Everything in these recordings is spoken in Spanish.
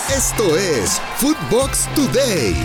Esto es Footbox Today.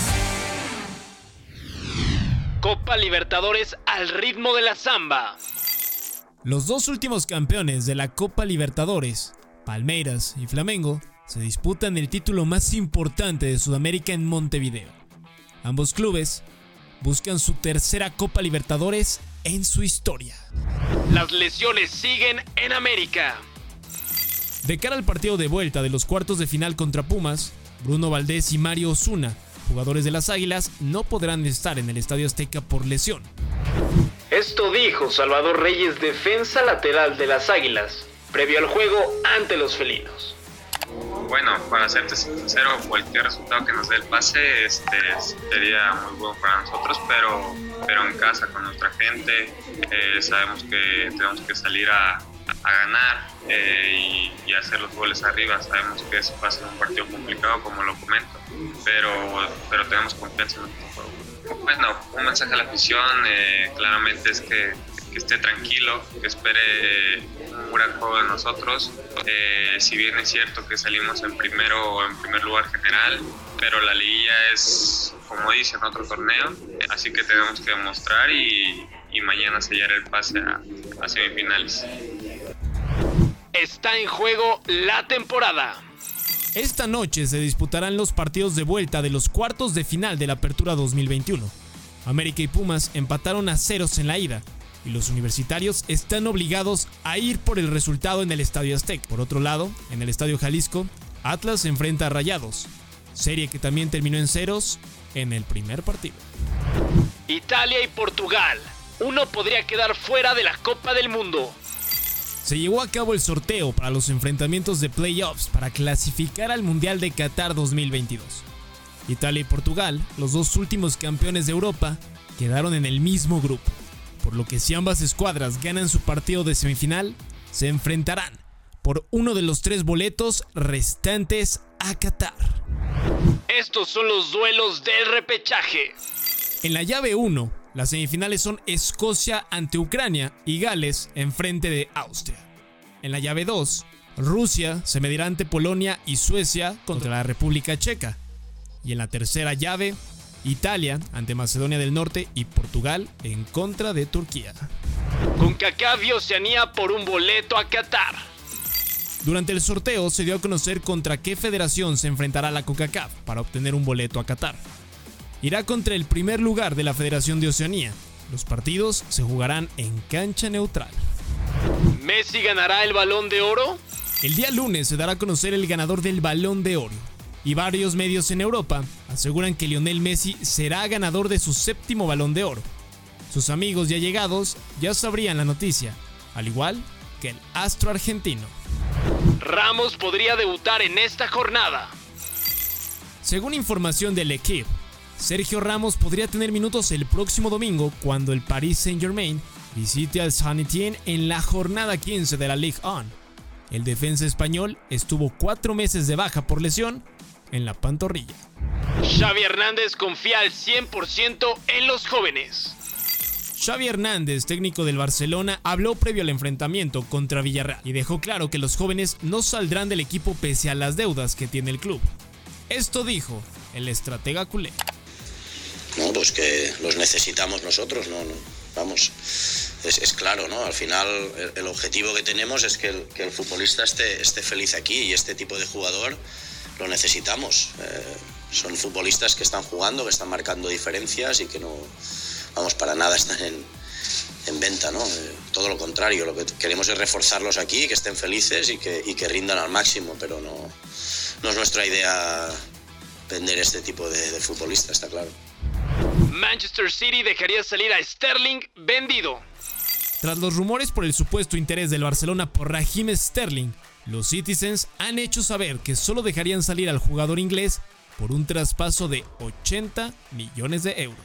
Copa Libertadores al ritmo de la samba. Los dos últimos campeones de la Copa Libertadores, Palmeiras y Flamengo, se disputan el título más importante de Sudamérica en Montevideo. Ambos clubes buscan su tercera Copa Libertadores en su historia. Las lesiones siguen en América. De cara al partido de vuelta de los cuartos de final contra Pumas, Bruno Valdés y Mario Osuna, jugadores de las Águilas, no podrán estar en el Estadio Azteca por lesión. Esto dijo Salvador Reyes, defensa lateral de las Águilas, previo al juego ante los felinos. Bueno, para serte sincero, cualquier resultado que nos dé el pase sería muy bueno para nosotros, pero en casa con nuestra gente sabemos que tenemos que salir a ganar y hacer los goles arriba. Sabemos que eso va a ser un partido complicado, como lo comento, pero tenemos confianza en nuestro juego. Bueno, un mensaje a la afición claramente es que esté tranquilo, que espere un gran juego de nosotros. Si bien es cierto que salimos en primer lugar general, pero la liguilla es, como dicen, otro torneo, así que tenemos que demostrar y mañana sellar el pase a semifinales. Está en juego la temporada. Esta noche se disputarán los partidos de vuelta de los cuartos de final de la Apertura 2021. América y Pumas empataron a ceros en la ida, y los universitarios están obligados a ir por el resultado en el Estadio Azteca. Por otro lado, en el Estadio Jalisco, Atlas se enfrenta a Rayados, serie que también terminó en ceros en el primer partido. Italia y Portugal. Uno podría quedar fuera de la Copa del Mundo. Se llevó a cabo el sorteo para los enfrentamientos de playoffs para clasificar al Mundial de Qatar 2022. Italia y Portugal, los dos últimos campeones de Europa, quedaron en el mismo grupo, por lo que si ambas escuadras ganan su partido de semifinal, se enfrentarán por uno de los 3 boletos restantes a Qatar. Estos son los duelos del repechaje. En la llave 1, las semifinales son Escocia ante Ucrania y Gales enfrente de Austria. En la llave 2, Rusia se medirá ante Polonia y Suecia contra la República Checa. Y en la tercera llave, Italia ante Macedonia del Norte y Portugal en contra de Turquía. CONCACAF y Oceanía por un boleto a Qatar. Durante el sorteo se dio a conocer contra qué federación se enfrentará la CONCACAF para obtener un boleto a Qatar. Irá contra el primer lugar de la Federación de Oceanía. Los partidos se jugarán en cancha neutral. ¿Messi ganará el Balón de Oro? El día lunes se dará a conocer el ganador del Balón de Oro. Y varios medios en Europa aseguran que Lionel Messi será ganador de su 7º Balón de Oro. Sus amigos y allegados ya sabrían la noticia, al igual que el astro argentino. Ramos podría debutar en esta jornada. Según información del L'Équipe, Sergio Ramos podría tener minutos el próximo domingo cuando el Paris Saint-Germain visite al Saint-Étienne en la jornada 15 de la Ligue 1. El defensa español estuvo 4 meses de baja por lesión en la pantorrilla. Xavi Hernández confía al 100% en los jóvenes. Xavi Hernández, técnico del Barcelona, habló previo al enfrentamiento contra Villarreal y dejó claro que los jóvenes no saldrán del equipo pese a las deudas que tiene el club. Esto dijo el estratega culé. No, pues que los necesitamos nosotros, vamos, es claro, ¿no? Al final el objetivo que tenemos es que el futbolista esté feliz aquí, y este tipo de jugador lo necesitamos. Son futbolistas que están jugando, que están marcando diferencias y que no, vamos, para nada están en venta, ¿no? Todo lo contrario, lo que queremos es reforzarlos aquí, que estén felices y que rindan al máximo, pero no es nuestra idea vender este tipo de futbolista, está claro. Manchester City dejaría salir a Sterling vendido. Tras los rumores por el supuesto interés del Barcelona por Raheem Sterling, los Citizens han hecho saber que solo dejarían salir al jugador inglés por un traspaso de 80 millones de euros.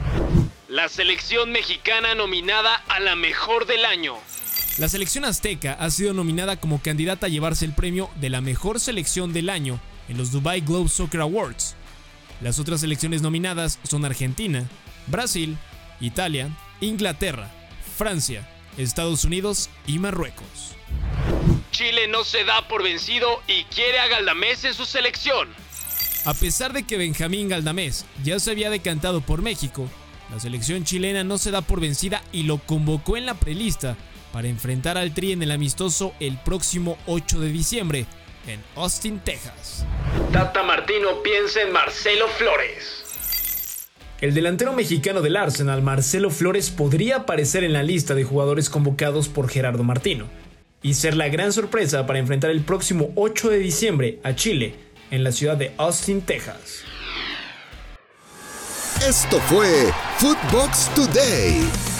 La selección mexicana nominada a la mejor del año. La selección azteca ha sido nominada como candidata a llevarse el premio de la mejor selección del año en los Dubai Globe Soccer Awards. Las otras selecciones nominadas son Argentina, Brasil, Italia, Inglaterra, Francia, Estados Unidos y Marruecos. Chile no se da por vencido y quiere a Galdamés en su selección. A pesar de que Benjamín Galdamés ya se había decantado por México, la selección chilena no se da por vencida y lo convocó en la prelista para enfrentar al Tri en el amistoso el próximo 8 de diciembre en Austin, Texas. Tata Martino piensa en Marcelo Flores. El delantero mexicano del Arsenal, Marcelo Flores, podría aparecer en la lista de jugadores convocados por Gerardo Martino y ser la gran sorpresa para enfrentar el próximo 8 de diciembre a Chile en la ciudad de Austin, Texas. Esto fue Footbox Today.